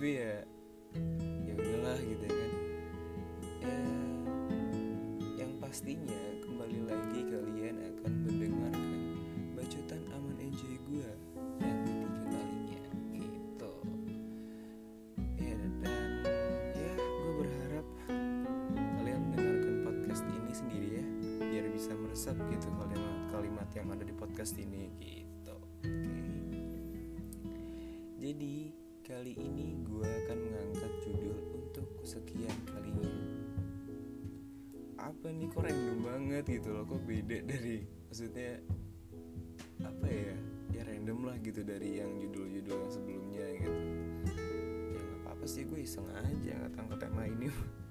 Tapi ya udahlah gitu kan. Ya, yang pastinya kembali lagi kalian akan mendengarkan bacotan aman enjoy gue yang ketiga kalinya gitu. Ya, dan ya gue berharap kalian mendengarkan podcast ini sendiri ya, biar bisa meresap gitu kalimat yang ada di podcast ini gitu. Oke. Jadi kali ini gue akan mengangkat judul untuk kesekian kalinya. Apa nih, kok random banget gitu loh, kok beda dari, maksudnya apa ya random lah gitu dari yang judul-judul yang sebelumnya gitu. Ya gak apa-apa sih, gue iseng aja ngangkat tema ini.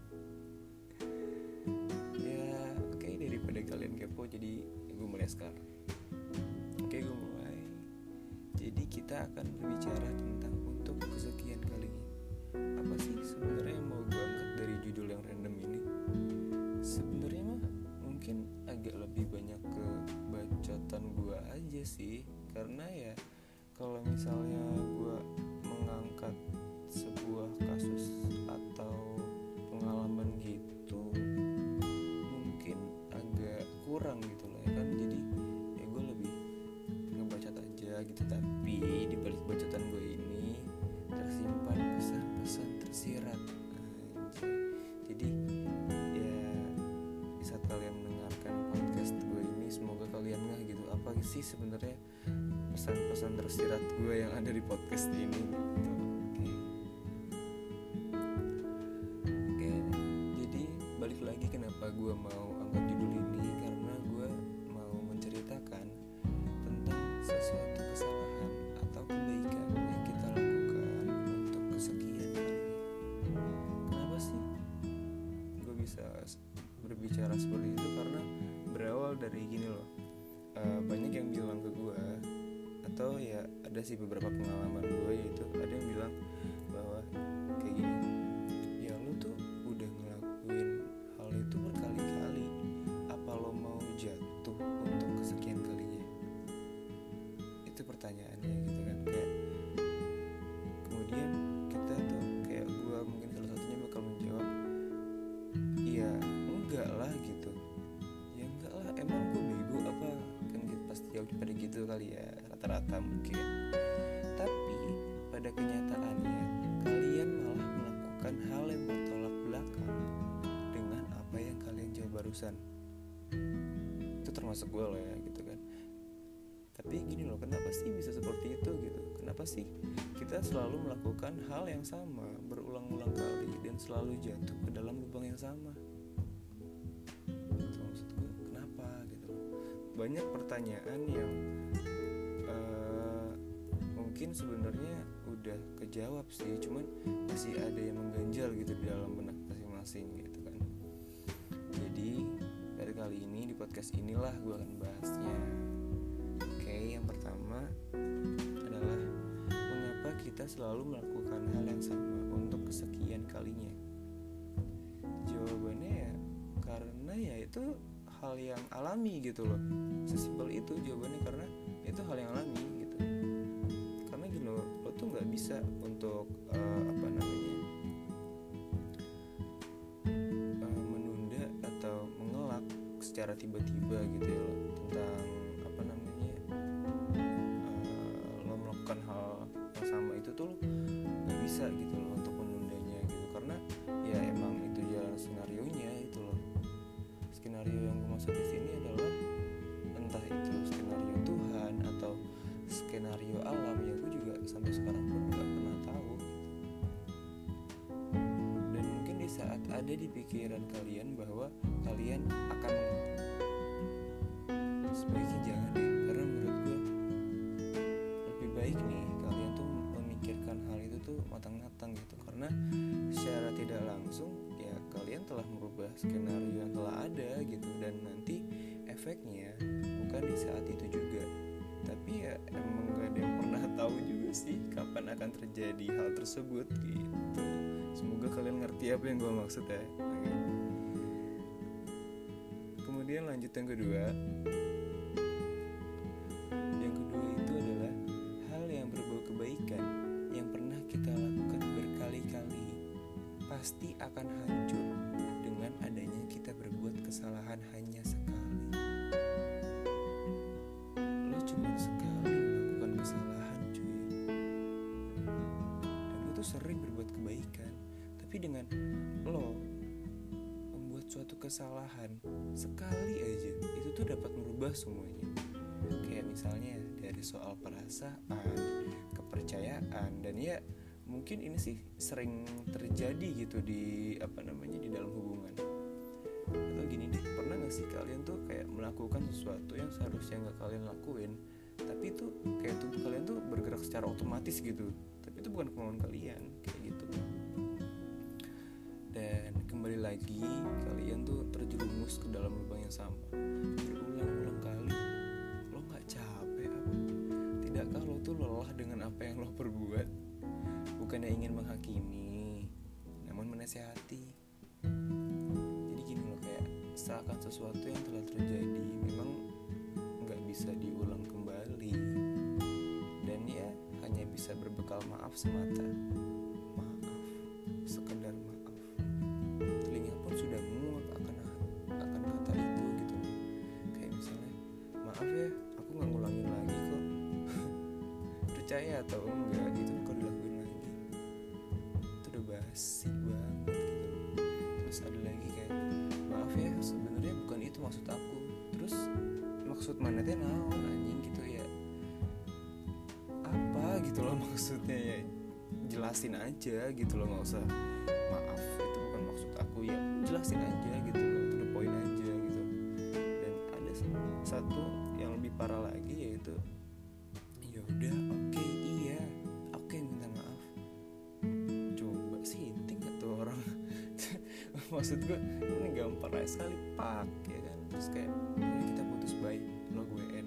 Ya oke, daripada kalian kepo, jadi gue mulai sekarang. Oke, gue mulai. Jadi kita akan berbicara tentang untuk kesekian kalinya. Apa sih sebenarnya yang mau gue angkat dari judul yang random ini? Sebenarnya mah mungkin agak lebih banyak ke bacotan gue aja sih. Karena ya kalau misalnya gue mengangkat sebuah kasus atau pengalaman gitu, mungkin agak kurang gitu loh ya kan. Jadi ya gue lebih ngebacot aja gitu. Tapi di balik bacotan gue ini tersimpan pesan-pesan tersirat. Jadi ya saat kalian mendengarkan podcast gue ini, semoga kalian ngeh gitu apa sih sebenarnya pesan-pesan tersirat gue yang ada di podcast ini gitu. Oke, jadi balik lagi kenapa gue mau angkat judul ini, karena gue mau menceritakan tentang sesuatu kesalahan atau kebaikan yang kita lakukan untuk kesekian kalinya. Kenapa sih gue bisa berbicara seperti itu? Karena berawal dari gini loh, banyak yang bilang ke gue, atau ya ada sih beberapa pengalaman gue, yaitu ada yang bilang bahwa kayak gini, ya lu tuh udah ngelakuin hal itu berkali-kali, apa lo mau jatuh untuk kesekian kalinya? Itu pertanyaannya gitu kan. Kayak kemudian kita tuh kayak gue mungkin salah satunya bakal menjawab, iya enggak lah gitu. Ya enggak lah, emang gue bego apa? Kan gitu, pasti jawab pada gitu kali ya, rata-rata mungkin. Tapi pada kenyataannya kalian malah melakukan hal yang bertolak belakang dengan apa yang kalian jawab barusan. Itu termasuk gue loh ya gitu kan. Tapi gini loh, kenapa sih bisa seperti itu gitu? Kenapa sih kita selalu melakukan hal yang sama berulang-ulang kali dan selalu jatuh ke dalam lubang yang sama? Itu maksud gue, kenapa gitu loh. Banyak pertanyaan yang mungkin sebenarnya udah kejawab sih, cuman masih ada yang mengganjal gitu di dalam benak masing-masing gitu kan. Jadi pada kali ini di podcast inilah gue akan bahasnya. Oke, yang pertama adalah mengapa kita selalu melakukan hal yang sama untuk kesekian kalinya. Jawabannya ya karena ya itu hal yang alami gitu loh. Sesimpel itu jawabannya, karena itu hal yang alami gitu. Karena gini loh, lo tuh nggak bisa untuk menunda atau mengelak secara tiba-tiba gitu ya loh, tentang lo melakukan hal yang sama itu tuh lo nggak bisa gitu loh untuk menundanya gitu. Karena ya emang itu jalan skenarionya itu loh. Skenario yang gue maksud di sini adalah entah itu skenario Tuhan atau skenario alam, ya gue juga sampai sekarang pun nggak pernah tahu. Dan mungkin di saat ada di pikiran kalian bahwa kalian akan, sebaiknya jangan deh, karena menurut gue lebih baik nih kalian tuh memikirkan hal itu tuh matang-matang gitu. Karena secara tidak langsung ya kalian telah merubah skenario yang telah ada gitu, dan nanti efeknya bukan di saat itu juga, tapi ya emang gak ada yang pernah tahu juga sih kapan akan terjadi hal tersebut gitu. Semoga kalian ngerti apa yang gue maksud ya. Oke. Kemudian lanjut yang kedua. Yang kedua itu adalah hal yang berbau kebaikan yang pernah kita lakukan berkali pasti akan hancur dengan adanya kita berbuat kesalahan hanya sekali. Lo cuma sekali melakukan kesalahan cuy, dan lo tuh sering berbuat kebaikan. Tapi dengan lo membuat suatu kesalahan sekali aja, itu tuh dapat merubah semuanya. Kayak misalnya dari soal perasaan, kepercayaan, dan ya mungkin ini sih sering terjadi gitu di di dalam hubungan. Atau gini deh, pernah gak sih kalian tuh kayak melakukan sesuatu yang seharusnya gak kalian lakuin, tapi tuh kayak tubuh kalian tuh bergerak secara otomatis gitu, tapi itu bukan kemauan kalian, kayak gitu. Dan kembali lagi kalian tuh terjerumus ke dalam lubang yang sama berulang-ulang kali. Lo gak capek apa? Tidakkah lo tuh lelah dengan apa yang lo perbuat? Bukannya ingin menghakimi, namun menasehati. Jadi gini loh, kayak seakan sesuatu yang telah terjadi memang gak bisa diulang kembali, dan ya hanya bisa berbekal maaf semata. Maaf, sekedar maaf. Telinga pun sudah muak akan kata itu gitu. Kayak misalnya, maaf ya, aku gak ngulangin lagi kok. Percaya atau enggak, itu kalau dilakuin lagi itu udah basi banget gitu. Terus ada lagi kayak, maaf ya, sebenarnya bukan itu maksud aku. Terus maksud mana teh naon anjing gitu ya. Apa gitu loh maksudnya ya. Jelasin aja gitu loh, gak usah maaf itu bukan maksud aku ya. Jelasin aja gitu loh, to the point aja gitu. Dan ada satu yang lebih parah lagi, yaitu ya udah oke, iya oke, minta maaf. Coba sih inting gak tuh orang. Maksud gue ini gampang aja sekali pak ya kan. Terus kayak ya kita putus, bye, lo gue end.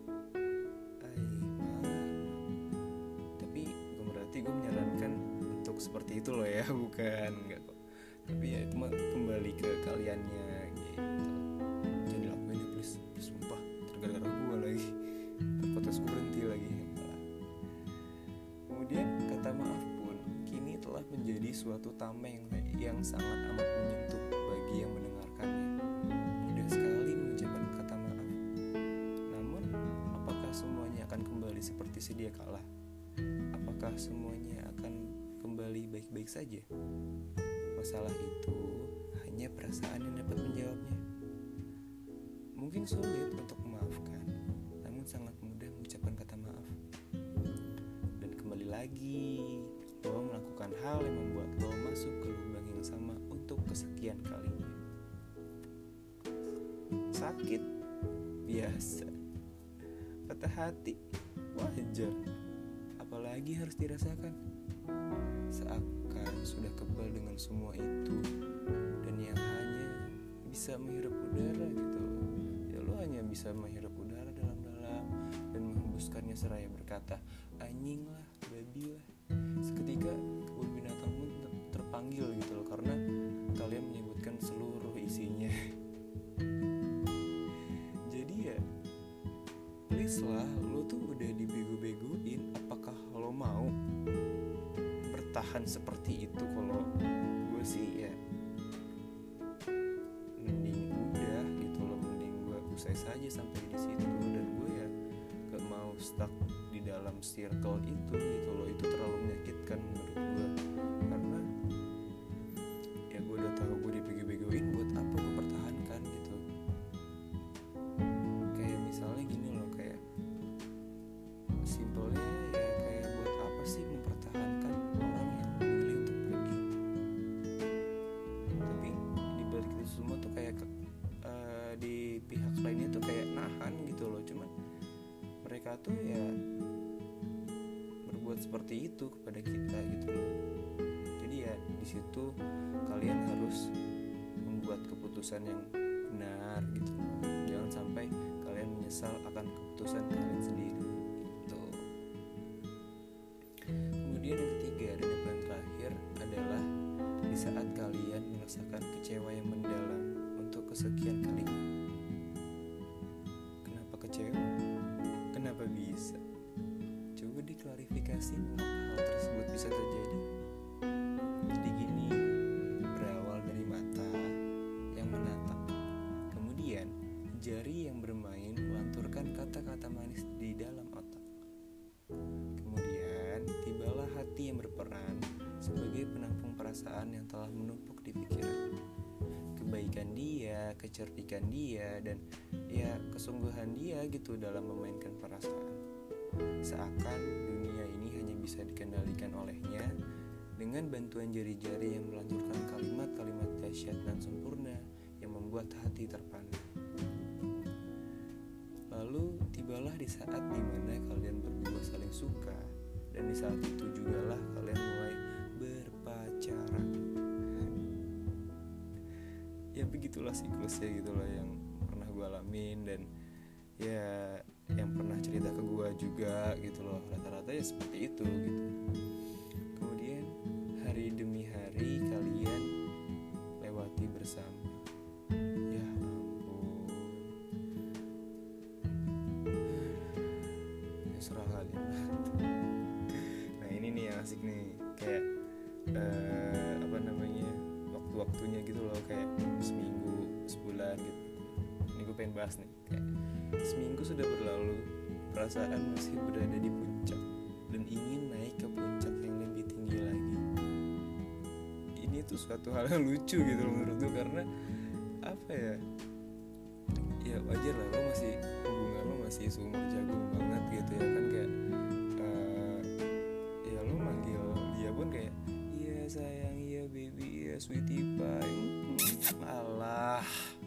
Tapi bukan berarti gue menyarankan untuk seperti itu loh ya, bukan, enggak kok. Tapi ya itu mah kembali ke kaliannya gitu. Jangan dilakuin ya please, sumpah, tergara-gara gue lagi, podcast gue berhenti lagi. Kemudian kata maaf pun kini telah menjadi suatu tameng yang sangat amat menyentuh bagi yang mendengarkannya. Mudah sekali mengucapkan kata maaf. Namun, apakah semuanya akan kembali seperti sedia kala? Apakah semuanya akan kembali baik-baik saja? Masalah itu hanya perasaan yang dapat menjawabnya. Mungkin sulit untuk memaafkan, namun sangat mudah mengucapkan kata maaf. Dan kembali lagi, lo melakukan hal yang membuat lo masuk ke lubang yang sama untuk kesekian kalinya. Sakit, biasa. Patah hati, wajar. Apalagi harus dirasakan. Seakan sudah kebal dengan semua itu, dan yang hanya bisa menghirup udara gitu. Ya lo hanya bisa menghirup udara dalam-dalam dan menghembuskannya seraya berkata, anjing lah, babi lah. Seketika kebun binatang pun terpanggil gitu loh, karena kalian menyebutkan seluruh isinya. Jadi ya please lah, lo tuh udah dibego-begoin, apakah lo mau bertahan seperti itu? Kalau gue sih ya mending udah gitu loh, mending gue usai saja sampai di situ. Dan gue ya gak mau stuck di dalam circle itu gitu loh. Itu terlalu menyakitkan menurut gue, karena ya gue udah tahu gue dibego-begoin, buat apa gue pertahankan gitu. Kayak misalnya gini loh, kayak simpelnya ya kayak buat apa sih mempertahankan orang yang memilih untuk pergi. Tapi di balik itu semua tuh kayak di pihak lainnya tuh kayak nahan gitu loh. Cuman mereka tuh ya berbuat seperti itu kepada kita gitu loh. Jadi ya di situ kalian harus membuat keputusan yang benar gitu. Jangan sampai kalian menyesal akan keputusan kalian sendiri gitu. Kemudian yang ketiga dan yang paling terakhir adalah di saat kalian merasakan kecewa yang mendalam untuk kesekian kalinya. Kenapa kecewa? Kenapa bisa? Coba diklarifikasi mengapa hal tersebut bisa terjadi. Jadi gini, kebajikan dia, kecerdikan dia, dan ya kesungguhan dia gitu dalam memainkan perasaan. Seakan dunia ini hanya bisa dikendalikan olehnya dengan bantuan jari-jari yang melanturkan kalimat-kalimat dahsyat dan sempurna yang membuat hati terpana. Lalu tibalah di saat dimana kalian berdua saling suka, dan di saat itu jugalah kalian mulai berpacaran. Ya begitulah siklusnya gitu loh yang pernah gue alamin, dan ya yang pernah cerita ke gue juga gitu loh. Rata-rata ya seperti itu gitu. Kemudian hari demi hari kalian lewati bersama. Ya ampun, ya serah kalian. Nah ini nih yang asik nih, kayak waktu-waktunya gitu loh, kayak seminggu, sebulan gitu. Ini gue pengen bahas nih, kayak seminggu sudah berlalu, perasaan masih berada di puncak dan ingin naik ke puncak yang lebih tinggi lagi. Ini tuh suatu hal yang lucu gitu loh menurut gue, karena apa ya, ya wajar lah, lo masih, hubungan lo masih seumur jagung banget gitu ya kan, kayak ya lo manggil dia pun kayak iya sayang, iya baby, iya sweetie pie, alah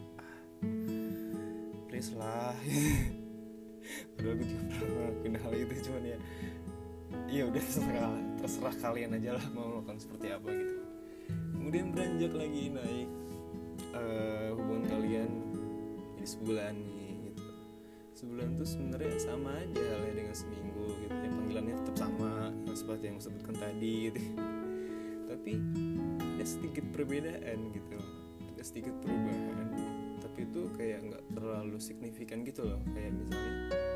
please lah. Padahal gue juga pernah ngelakuin hal itu, cuman ya udah terserah kalian aja lah mau melakukan seperti apa gitu. Kemudian beranjak lagi naik, hubungan kalian jadi sebulan nih gitu. Sebulan tuh sebenarnya sama aja halnya dengan seminggu gitu ya, panggilannya tetap sama seperti yang gue sebutkan tadi gitu. Tapi ada sedikit perbedaan gitu, ada sedikit perubahan, tapi itu kayak nggak terlalu signifikan gitu loh. Kayak misalnya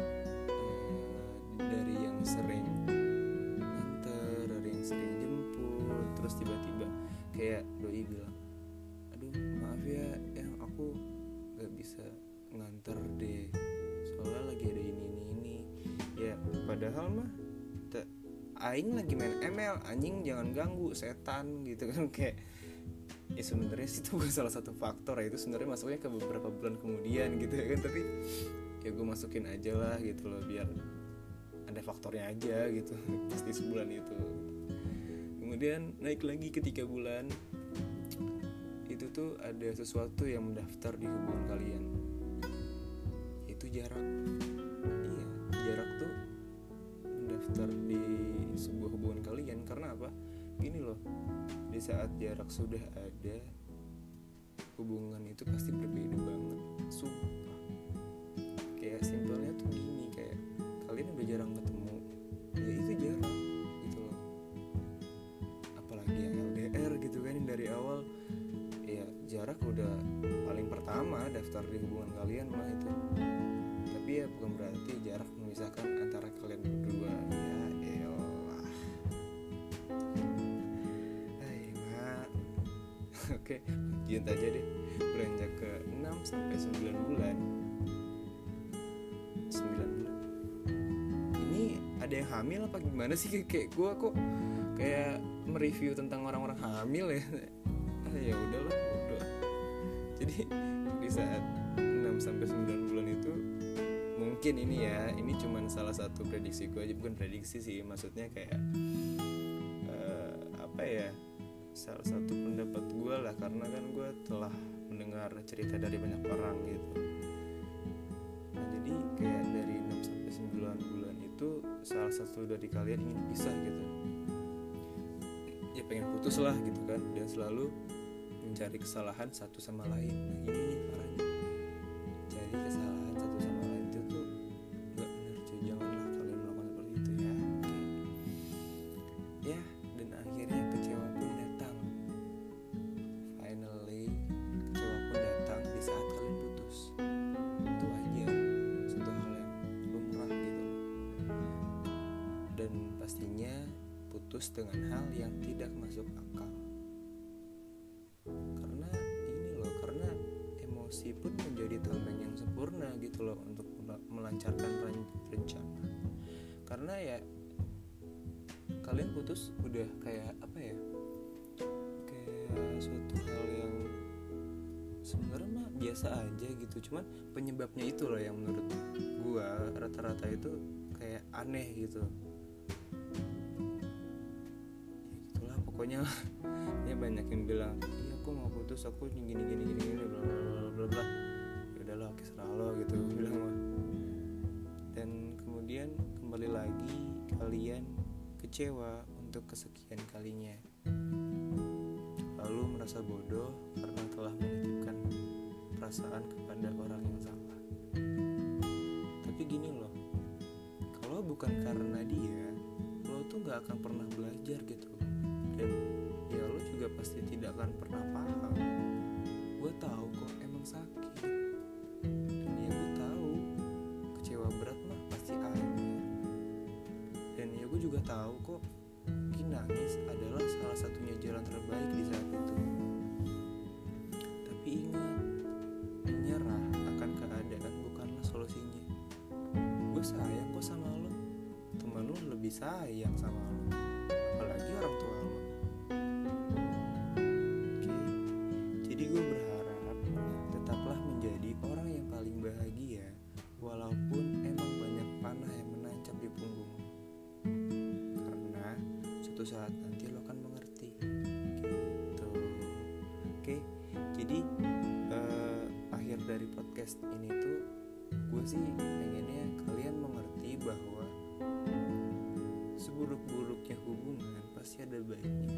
dari yang sering nganter, dari yang sering jemput, terus tiba-tiba kayak doi bilang, aduh maaf ya, yang aku nggak bisa nganter deh, soalnya lagi ada ini. Ya padahal mah aing lagi main ML, anjing jangan ganggu, setan gitu kan. Kayak ya sebenarnya sih itu bukan salah satu faktor ya, itu sebenarnya masuknya ke beberapa bulan kemudian gitu ya kan, tapi ya gue masukin aja lah gitu loh, biar ada faktornya aja gitu. Pasti sebulan itu. Kemudian naik lagi ke 3 bulan, itu tuh ada sesuatu yang mendaftar di hubungan kalian, yaitu jarak. Iya, jarak tuh mendaftar di sebuah hubungan kalian. Karena apa? Gini loh, di saat jarak sudah ada, hubungan itu pasti berbeda banget, sumpah. Kayak simpelnya tuh gini, kayak kalian udah jarang ketemu, ya itu jarak gitu loh. Apalagi yang LDR gitu kan, yang dari awal ya jarak udah paling pertama daftar di hubungan kalian mah itu. Tapi ya bukan berarti jarak memisahkan antara kalian berdua. Ya elah, hai mak. Oke, lanjut aja deh. Beranjak ke 6-9 bulan. 9 bulan ini ada yang hamil apa gimana sih? Kayak gue kok kayak mereview tentang orang-orang hamil ya. Ya udahlah, udah. Jadi di saat 6-9 bulan itu, mungkin ini cuman salah satu prediksi gue aja, bukan prediksi sih, maksudnya kayak apa ya, salah satu pendapat gue lah, karena kan gue telah mendengar cerita dari banyak orang gitu. Nah jadi kayak dari 6-9 bulan itu salah satu dari kalian ingin pisah gitu, ya pengen putus lah gitu kan, dan selalu mencari kesalahan satu sama lain. Nah ini nih parahnya, cari kesalahan satu sama lain itu tuh gak bener cuy, janganlah kalian melakukan seperti itu ya. Ya, dan akhirnya kecewa pun datang. Finally kecewa pun datang di saat kalian putus. Itu aja suatu hal yang lumrah gitu. Dan pastinya putus dengan hal yang tidak masuk akal. Karena emosi pun menjadi tameng yang sempurna gitu loh untuk melancarkan rencana. Karena ya kalian putus udah kayak apa ya, kayak suatu hal yang sebenarnya mah biasa aja gitu, cuman penyebabnya itu loh yang menurut gue rata-rata itu kayak aneh gitu. Ya gitulah pokoknya. Ya banyak yang bilang iya aku mau putus, aku gini bla bla bla bla. Ya udahlah oke serah lo gitu bilang mah. Dan kemudian kembali lagi kalian kecewa untuk kesekian kalinya, lalu merasa bodoh karena telah menitipkan perasaan kepada orang yang salah. Tapi gini loh, kalau bukan karena dia, lo tuh gak akan pernah belajar gitu. Dan ya lo juga pasti tidak akan pernah paham. Gue tahu kok emang sakit, dan ya gue tahu kecewa berat mah pasti ada. Dan ya gue juga tahu kok mungkin nangis adalah salah satunya jalan terbaik di saat itu. Tapi ingat, menyerah akan keadaan bukanlah solusinya. Gue sayang kok sama lo, temen lo lebih sayang sama lo, apalagi orang tua lo. Oke, jadi gue berharap tetaplah menjadi orang yang paling bahagia, walaupun emang banyak panah yang menancap di punggungmu. Karena suatu saat nanti lo akan mengerti gitu. Oke, jadi akhir dari podcast ini tuh gue sih pengennya kalian mengerti bahwa seburuk-buruknya hubungan pasti ada baiknya.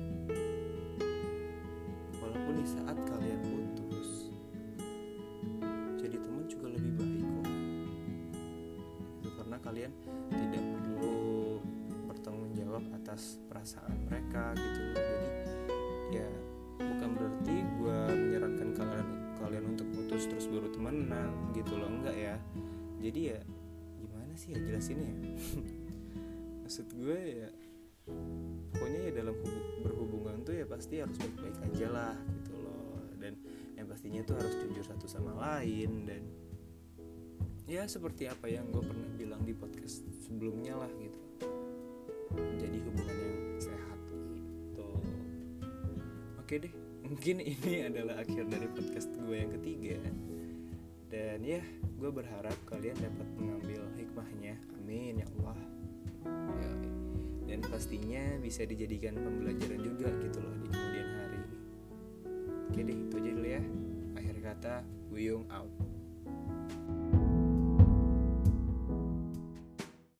Walaupun di saat kalian putus, jadi teman juga lebih baik kok. Itu karena kalian tidak perlu bertanggung jawab atas perasaan mereka gitu loh. Jadi ya bukan berarti gue menyarankan kalian untuk putus terus baru temenan gitu loh, enggak ya. Jadi ya gimana sih ya jelasinnya ya. Maksud gue ya pokoknya ya dalam berhubungan tuh ya pasti harus baik-baik aja lah gitu loh. Dan yang pastinya tuh harus jujur satu sama lain. Dan ya seperti apa yang gue pernah bilang di podcast sebelumnya lah gitu, jadi hubungan yang sehat gitu. Oke deh, mungkin ini adalah akhir dari podcast gue yang ketiga. Dan ya gue berharap kalian dapat mengambil hikmahnya, amin ya Allah ya. Dan pastinya bisa dijadikan pembelajaran juga gitu loh di kemudian hari. Oke deh, itu aja dulu ya. Akhir kata, Wuyung out.